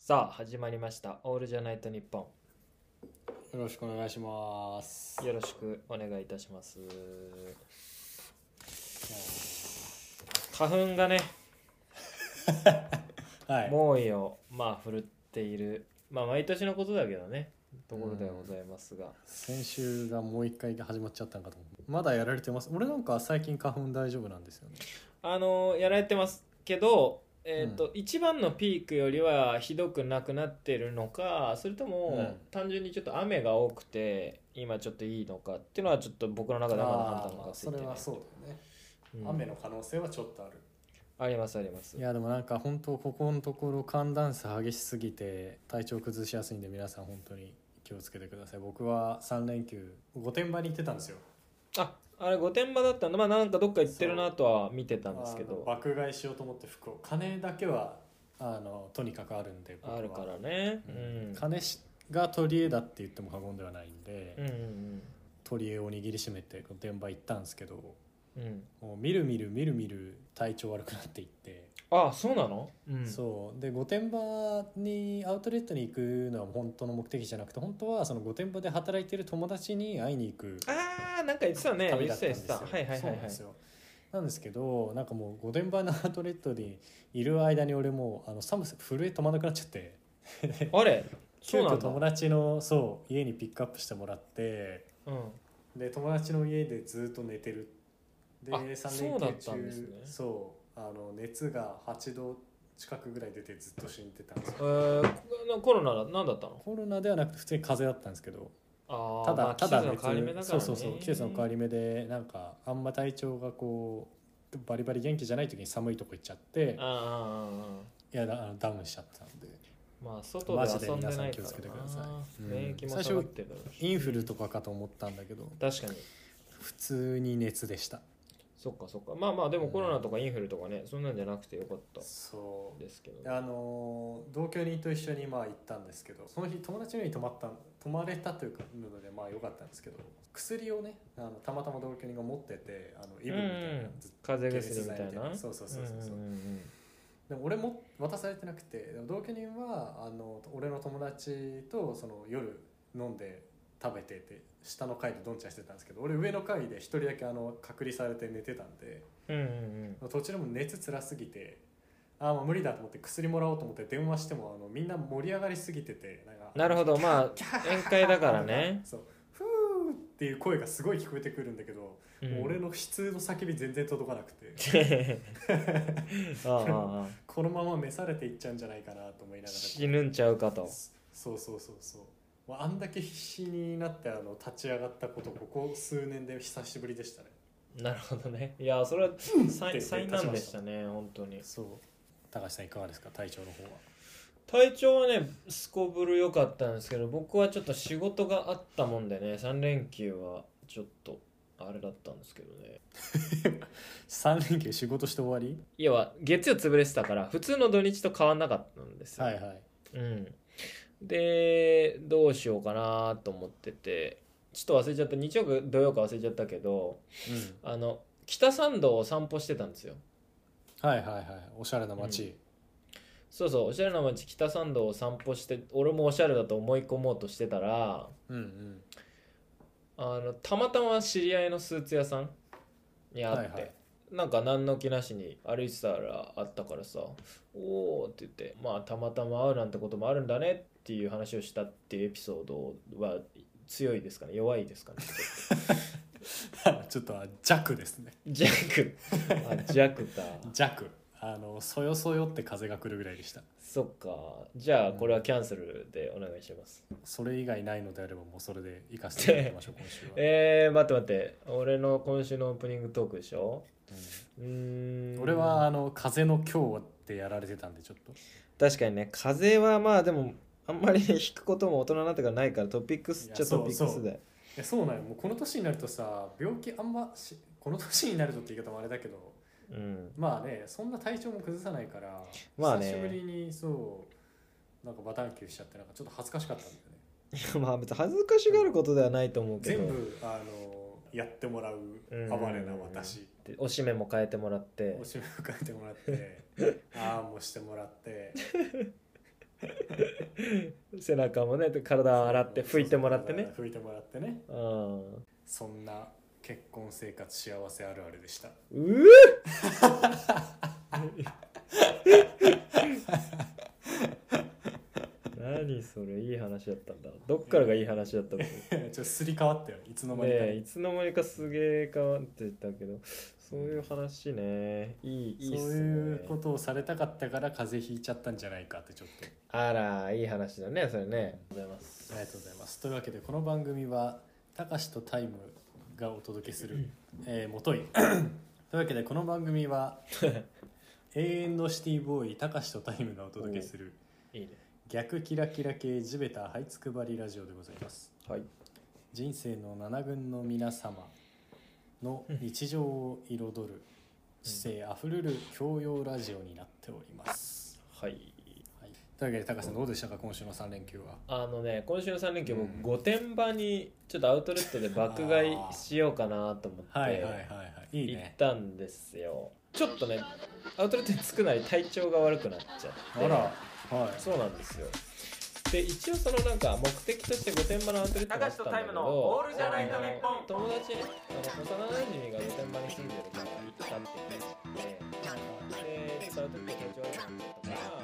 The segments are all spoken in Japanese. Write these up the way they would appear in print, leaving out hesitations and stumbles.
さあ始まりましたオールじゃないと日本。 よろしくお願いします。 よろしくお願いいたします。花粉がねはい。 猛威を振るっている、毎年のことだけどね、ところではございますが、 先週がもう一回始まっちゃったんかと思う。まだやられてます。俺なんか最近花粉大丈夫なんですよね。 やられてますけど、 うん一番のピークよりはひどくなくなってるのか、それとも、 うん単純にちょっと雨が多くて今ちょっといいのかっていうのはちょっと僕の中ではまだ判断がついてない。 それはそうだよね、 うん雨の可能性はちょっとある。 ありますあります。 いやでもなんか本当ここのところ寒暖差激しすぎて体調崩しやすいんで、皆さん本当に気をつけてください。僕は3連休御殿場に行ってたんですよ。 あれ御殿場だったんだ。なんかどっか行ってるなとは見てたんですけど、 爆買いしようと思って服を、金だけはとにかくあるんで、僕はあるからね。 金が取り柄だって言っても過言ではないんで、 うんうん取り柄を握りしめて御殿場行ったんですけど、 うんうん。 もうみるみる体調悪くなっていって、 あ、そうなの？ そうで御殿場にアウトレットに行くのは本当の目的じゃなくて、本当はその御殿場で働いてる友達に会いに行くああ、なんか言ってたね。 旅だったんですよ。 はいはいはいはい。 そうなんですよ。なんですけど、なんかもう御殿場のアウトレットにいる間に俺もう寒さ震え止まなくなっちゃってあれ、そ急遽うなんだ。 友達の家にピックアップしてもらって、 うん。 で友達の家でずっと寝てる。であ、 3 そうだっ連休中たんですね。 熱が8度近くぐらい出てずっと死んでたんですよ。 コロナだ、なんだったの？ コロナではなくて普通に風邪だったんですけど、 ああ、 ただ季節の変わり目だからね。 そう季節の変わり目で、なんかあんま体調がこうバリバリ元気じゃない時に寒いとこ行っちゃって、いやダウンしちゃったんで、 外で遊んでないからな。 マジで皆さん気をつけてください。 免疫も下がってるだろうし。 インフルとかかと思ったんだけど、 確かに。 普通に熱でした。 そっかそっか。でもコロナとかインフルとかね、そんなんじゃなくてよかったですけどね。 同居人と一緒に行ったんですけど、その日友達の家に泊まれたというかので良かったんですけど、薬をねたまたま同居人が持ってて、イブみたいな、 風邪薬みたいな。 そう、でも俺も渡されてなくて、同居人は俺の友達とその夜飲んで食べてて下の階でドンチャンしてたんですけど、俺上の階で一人だけ隔離されて寝てたんで、途中でも熱つらすぎて、もう無理だと思って薬もらおうと思って電話してもみんな盛り上がりすぎてて、 なるほど、宴会だからね。 そうフーっていう声がすごい聞こえてくるんだけど、俺の悲痛の叫び全然届かなくてこのまま召されていっちゃうんじゃないかなと思いながら、 死ぬんちゃうかと。 そうあんだけ必死になって立ち上がったこと、ここ数年で久しぶりでしたね。 なるほどね。いや、それは災難でしたね、本当に。 そう。高橋さんいかがですか、体調の方は。 体調はね、すこぶる良かったんですけど、僕はちょっと仕事があったもんでね、3連休はちょっとあれだったんですけどね。 3連休仕事して終わり？ 要は月曜潰れてたから普通の土日と変わんなかったんですよ。 はいはい。 でどうしようかなと思ってて、ちょっと忘れちゃった、日曜か土曜か忘れちゃったけど、北参道を散歩してたんですよ。 はいおしゃれな街、 そうそう、おしゃれな街北参道を散歩して、俺もおしゃれだと思い込もうとしてたら、たまたま知り合いのスーツ屋さんに会って、なんか何の気なしに歩いてたらあったからさ、おーって言って、たまたま会うなんてこともあるんだねっていう話をしたっていうエピソードは強いですかね、弱いですかね。 ちょっと弱ですね。 弱か。 弱。そよそよって風が来るぐらいでした。 そっか、じゃあこれはキャンセルでお願いします。 それ以外ないのであればもうそれで行かせていただきましょう今週は。 待って俺の今週のオープニングトークでしょ。 俺は風の今日ってやられてたんで、ちょっと確かにね、風はでもあんまり引くことも大人になってからないから、トピックスじゃトピックスで。 そうなんよ。もうこの年になるとさ、病気この年になるとって言い方もあれだけど、そんな体調も崩さないから、久しぶりになんかバタンキューしちゃって、なんかちょっと恥ずかしかったんだよね。 別に恥ずかしがることではないと思うけど、 全部やってもらう暴れな私、 おしめも変えてもらって、 おしめも変えてもらってアーンもしてもらって背中もね体を洗って拭いてもらってね。 拭いてもらってね。 うん。 そんな結婚生活幸せあるあるでした。 何それ、いい話だったんだ。どっからがいい話だったの？ ちょっとすり替わったよ、いつの間にか、 ねえ、いつの間にかすげえ変わってたけど、そういう話ね、いいっすね。 そういうことをされたかったから風邪ひいちゃったんじゃないかってちょっと。 あら、いい話だね、それね。ありがとうございます。 ありがとうございます。というわけでこの番組はたかしとタイムがお届けする、もといというわけでこの番組は永遠のシティボーイたかしとタイムがお届けするいいね。 逆キラキラ系地べた這いつくばりラジオでございます。 はい。 人生の七軍の皆様の日常を彩る知性あふれる教養ラジオになっております。 はい。 はい、というわけで高橋さんどうでしたか、今週の3連休は。 今週の3連休僕御殿場にちょっとアウトレットで爆買いしようかなと思って行ったんですよ。ちょっとねアウトレットに着くなり体調が悪くなっちゃって。 あら、はい、 そうなんですよ。で一応そのなんか目的として御殿場のアウトレットがあったんだけど、友達ね、幼馴染が御殿場に住んでるから行ったって言ってで、ちょっとアウトレット体調悪くなっちゃったから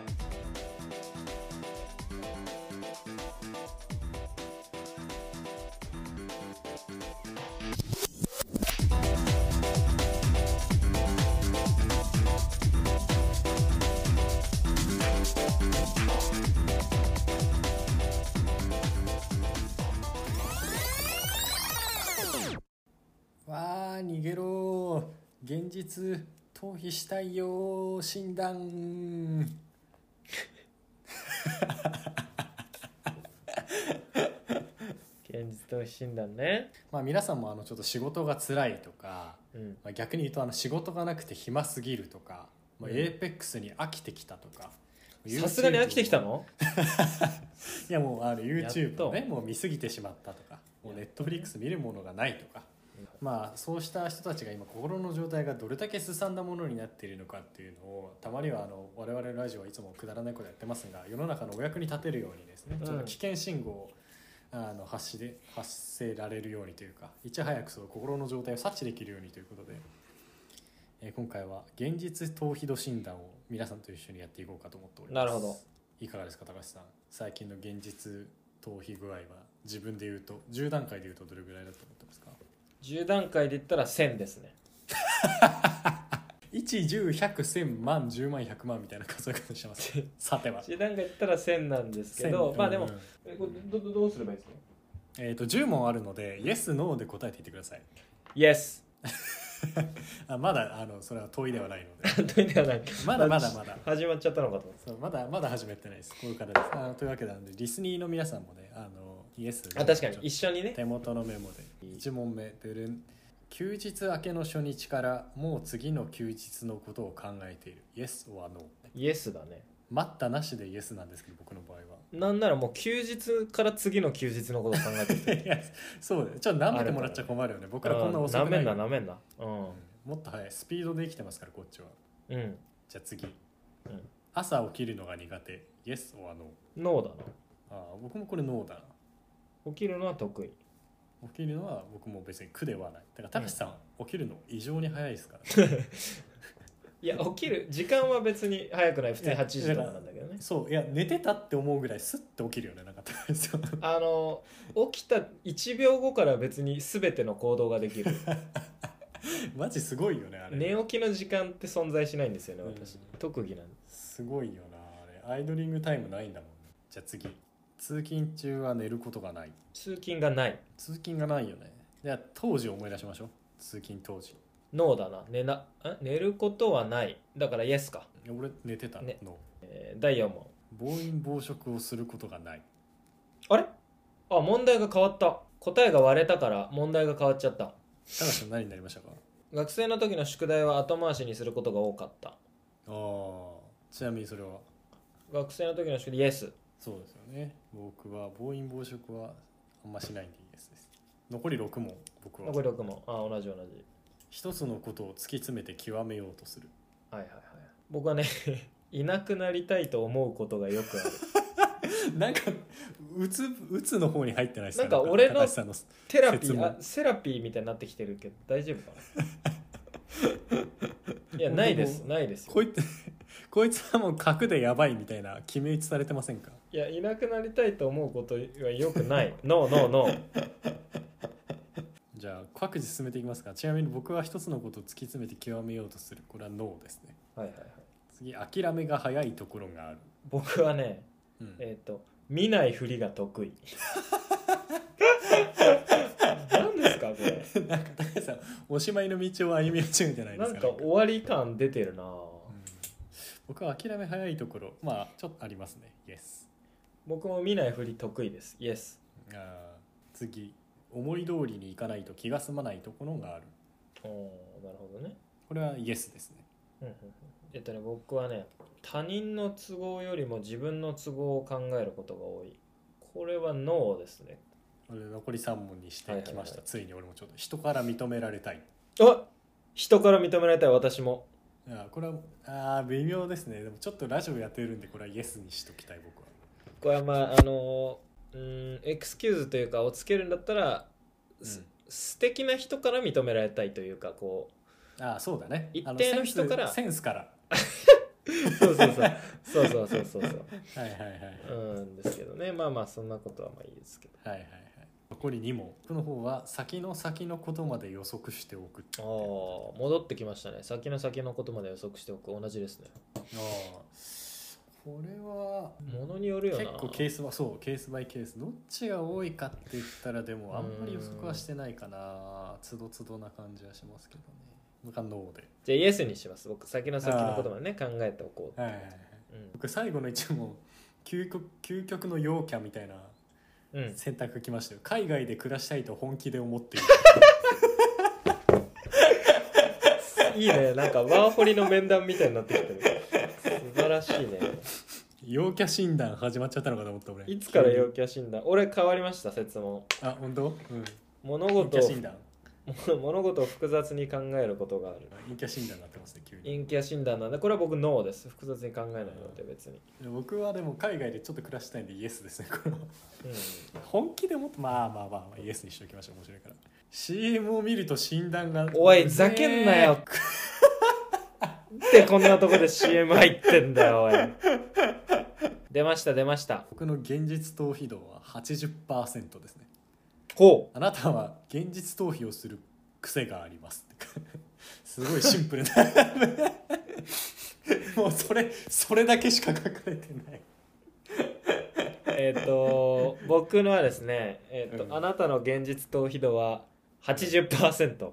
わー逃げろ、現実逃避したいよ診断現実逃避診断ね。 まあ皆さんもちょっと仕事が辛いとか、まあ、逆に言うと仕事がなくて暇すぎるとか、まあ、エーペックスに飽きてきたとか、 さすがに飽きてきたの？ いやもうYouTube をねもう見すぎてしまったとか、もう Netflix 見るものがないとか、まあそうした人たちが今心の状態がどれだけすさんだものになっているのかっていうのを、たまには我々ラジオはいつもくだらないことやってますが、世の中のお役に立てるようにですね、ちょっと危険信号を発せられるようにというか、いち早くその心の状態を察知できるようにということで、今回は現実逃避度診断を皆さんと一緒にやっていこうかと思っております。 なるほど。 いかがですか高橋さん、最近の現実逃避具合は自分で言うと10段階で言うとどれぐらいだと思ってますか ？10段階で言ったら1000ですね。 1、10、100、1000万、10万、100万みたいな数え方してます。さては。 10段階言ったら1000なんですけど、まあでも、これどうすればいいですか ？10問あるので、イエス、ノーで答えていってください。 イエス。 まだそれは問いではないので。 問いではない。 まだ始まっちゃったのかと。 そうまだ始めてないです。こういう方です。というわけなので、リスニーの皆さんもね、イエス。 確かに一緒にね。 手元のメモで1問目でるん。休日明けの初日からもう次の休日のことを考えている。イエス or no。 イエスだね。 待ったなしでイエスなんですけど、僕の場合は。 なんならもう休日から次の休日のことを考えてる。 いやそうちょっと舐めてもらっちゃ困るよね。僕らこんな遅くない。 なめんな。 もっと早いスピードで生きてますからこっちは。じゃあ次、朝起きるのが苦手。イエス or no。 ノーだな。僕もこれノーだな。 起きるのは得意。 起きるのは僕も別に苦ではない。だから高橋さん、起きるの異常に早いですから、ね。 いや起きる時間は別に早くない、普通に8時とかなんだけどね。 そういや寝てたって思うぐらいスッと起きるよね。なんか起きた1秒後から別に全ての行動ができる。 マジすごいよねあれ。 寝起きの時間って存在しないんですよね私、特技なんです。 すごいよなあれ。アイドリングタイムないんだもんね。じゃあ次、通勤中は寝ることがない。 通勤がない。 通勤がないよね。じゃあ当時を思い出しましょう。通勤当時。 ノーだな。寝ることはない。だからイエスか。 俺寝てたの、 ね。第4問。 暴飲暴食をすることがない。 あれ？問題が変わった。答えが割れたから問題が変わっちゃった。 高橋さん何になりましたか？ 学生の時の宿題は後回しにすることが多かった。 ちなみにそれは？ 学生の時の宿題イエス。 そうですよね。僕は暴飲暴食はあんましないんでイエスです。残り6問。僕は残り6問。同じ。 一つのことを突き詰めて極めようとする。 僕はねいなくなりたいと思うことがよくある。 なんかうつの方に入ってないですか？ なんか俺の高橋さんのテラピ説問ーセラピーみたいになってきてるけど大丈夫かな。いやないですよ。 こいつはもう核でやばいみたいな決め打ちされてませんか？ いやいなくなりたいと思うことはよくないノーノーノー。 じゃあ各自進めていきますか。ちなみに僕は一つのことを突き詰めて極めようとする、これはノーですね。 はいはいはい。 次、諦めが早いところがある。 僕はね、 うん、 見ないふりが得意。何ですかこれ。 なんか高橋さんおしまいの道を歩み始めじゃないでなんすか。 か終わり感出てるな、 僕は諦め早いところまあちょっとありますね。イエス。 僕も見ないふり得意です。イエス。 次、思い通りにいかないと気が済まないところがある。 おなるほどね。 これはイエスですね。 僕はね、他人の都合よりも自分の都合を考えることが多い。これはノーですね。 残り3問にしてきました、ついに俺もちょっと人から認められたい。 人から認められたい。私も。 これは微妙ですね。でもちょっとラジオやってるんでこれはイエスにしときたい。僕はこれはまあエクスキューズというかをつけるんだったら、素敵な人から認められたいというか、こうそうだね、 一定の人からセンスからそうはいはいはいですけどね。まあそんなことはまあいいですけど。 はいはいはい。残り2問。僕の方は先の先のことまで予測しておく。 戻ってきましたね。先の先のことまで予測しておく。同じですね。 これはものによるよな。 結構ケースバイケース。どっちが多いかって言ったらでもあんまり予測はしてないかな。つどつどな感じはしますけどね。僕はノーで。 じゃあイエスにします。僕先の先のことまでね考えておこう。 僕最後の1問究極の陽キャみたいな選択が来ましたよ。海外で暮らしたいと本気で思っている。 いいね。なんかワーホリの面談みたいになってきてる。素晴らしいね。 陽キャ診断始まっちゃったのかと思った。俺いつから陽キャ診断。俺変わりました。説問。 本当？ 物事を複雑に考えることがある。 陰キャ診断になってますね。急に陰キャ診断なんで、これは僕ノーです。複雑に考えないので別に。 僕はでも海外でちょっと暮らしたいんでイエスですね。これは本気でもっとまあイエスにしておきましょう。面白いから。 CM を見ると診断がおいざけんなよってこんなとこで CM 入ってんだよおい。出ました僕の現実逃避度は 80% ですね。あなたは現実逃避をする癖がありますすごいシンプルなもうそれだけしか書かれてない僕のはですね、あなたの現実逃避度は 80%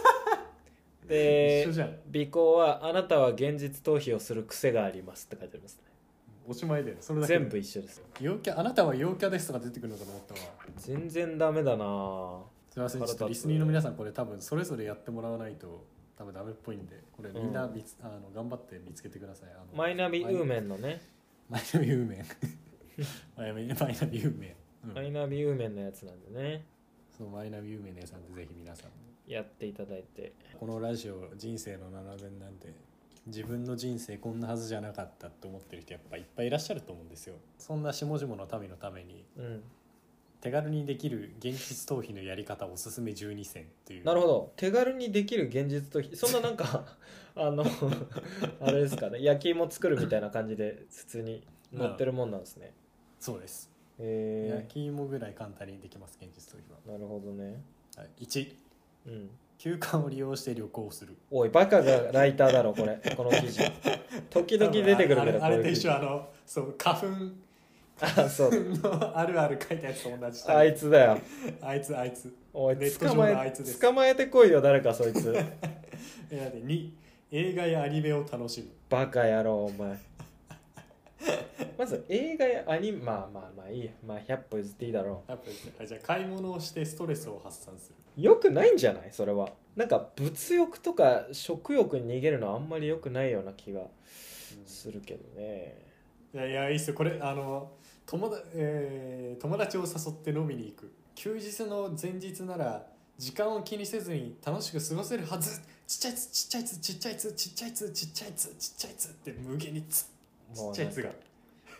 で、尾行はあなたは現実逃避をする癖がありますって書いてありますね。 おしまいでそれだけ全部一緒です。 あなたは陽キャですとか出てくるのかと思ったわ。 全然ダメだな。 すいません、ちょっとリスニーの皆さんこれ多分それぞれやってもらわないと多分ダメっぽいんで、これみんな頑張って見つけてください。 マイナビウーメンのね。 マイナビウーメンマイナビウーメン、 マイナビウーメンのやつなんでね。 そう、マイナビウーメンのやつなんでぜひ皆さんやっていただいて。 このラジオ人生の7年なんで、自分の人生こんなはずじゃなかったって思ってる人やっぱいっぱいいらっしゃると思うんですよ。そんな下々の民のために、手軽にできる現実逃避のやり方おすすめ12選っていう。 なるほど。手軽にできる現実逃避、そんななんかあれですかね、焼き芋作るみたいな感じで普通に載ってるもんなんですね。 そうです。焼き芋ぐらい簡単にできます、現実逃避は。 なるほどね。 1、休暇を利用して旅行する。 おいバカがライターだろこの記事。時々出てくるけど、 あれと一緒、そう花粉そうのあるある書いたやつと同じ。 あいつだよ。 あいつおい捕まえてこいよ誰かそいつ。 2、映画やアニメを楽しむ。 バカ野郎お前。まず映画やアニメ、まあいいや、まあ100歩譲っていいだろう。じゃあ買い物をしてストレスを発散する。 よくないんじゃない？それはなんか物欲とか食欲に逃げるのはあんまり良くないような気がするけどね。 いやいいっすよこれ。友達を誘って飲みに行く。休日の前日なら時間を気にせずに楽しく過ごせるはず。ちっちゃいつって無限にちっちゃいつが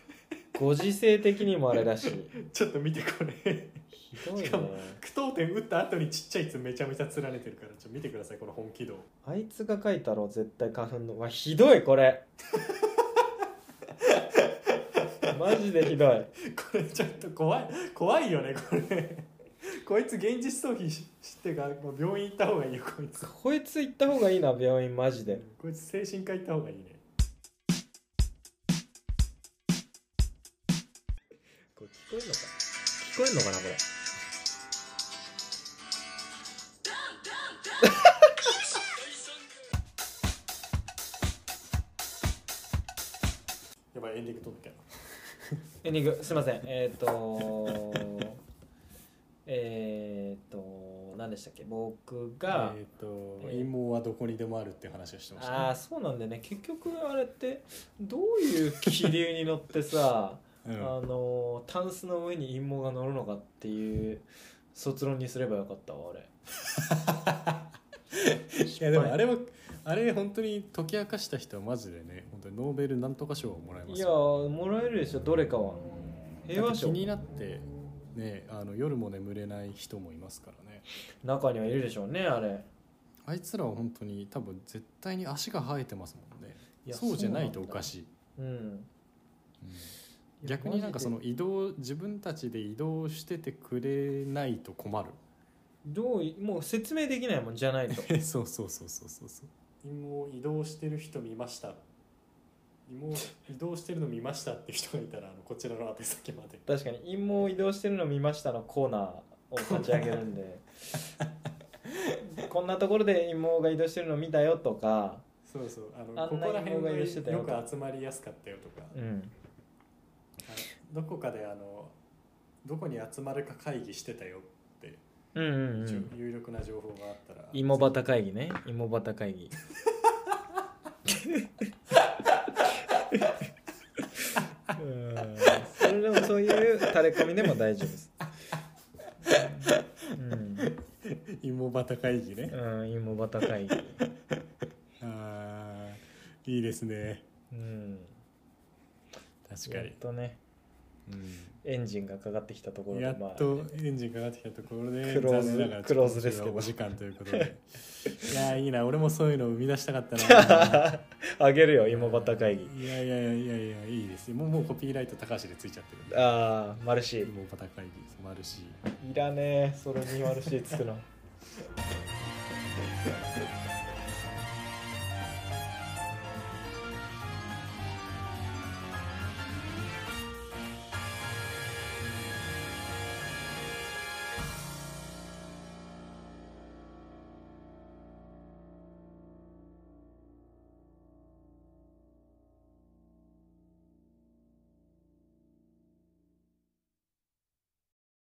ご時世的にもあれだしちょっと見てこれひどいね。 しかも句読点打った後にちっちゃい「つ」めちゃめちゃ連ねてるから、ちょっと見てくださいこの本気度。 あいつが書いたろ絶対花粉の。わひどいこれマジでひどい。 これちょっと怖いよねこれこいつ現実逃避してかもう病院行った方がいいよこいつ。 こいつ行った方がいいな病院マジで。 こいつ精神科行った方がいいね。 これ聞こえるのか聞こえるのかなこれやばいエンディング撮んなきゃ。 エンディングすいません何でしたっけ。僕が陰謀はどこにでもあるっていう話をしてました、ね、 ああそうなんだよね。結局あれってどういう気流に乗ってさ、うん、タンスの上に陰謀が乗るのかっていう卒論にすればよかったわ俺いやでもあれ本当に解き明かした人はマジでね本当にノーベルなんとか賞をもらえますよ。 いやもらえるでしょどれかは。平和賞気になってね夜も眠れない人もいますからね。 中にはいるでしょうねあれ。 あいつらは本当に多分絶対に足が生えてますもんね。そうじゃないとおかしい。逆になんかその自分たちで移動しててくれないと困る。 もう説明できないもんじゃないとそう陰謀移動してる人見ました。移動してるの見ましたっていう人がいたらこちらの宛先まで。 確かに陰謀移動してるの見ましたのコーナーを立ち上げるんでこんなところで陰謀が移動してるの見たよとか。 そうここら辺がよく集まりやすかったよとか、どこかでどこに集まるか会議してたよって有力な情報があったら。 芋端会議ね芋端会議それでもそういう垂れ込みでも大丈夫です芋端会議ね。 芋端会議いいですね。確かに。 やっとね、エンジンがかかってきたところでやっとエンジンかかってきたところでクローズですけどお時間ということでいやいいな俺もそういうのを生み出したかったなあげるよ芋端会議。 いやいいですよ。もうコピーライト高橋でついちゃってるんで。 マルシー芋端会議マルシーいらねえそれにマルシーつくの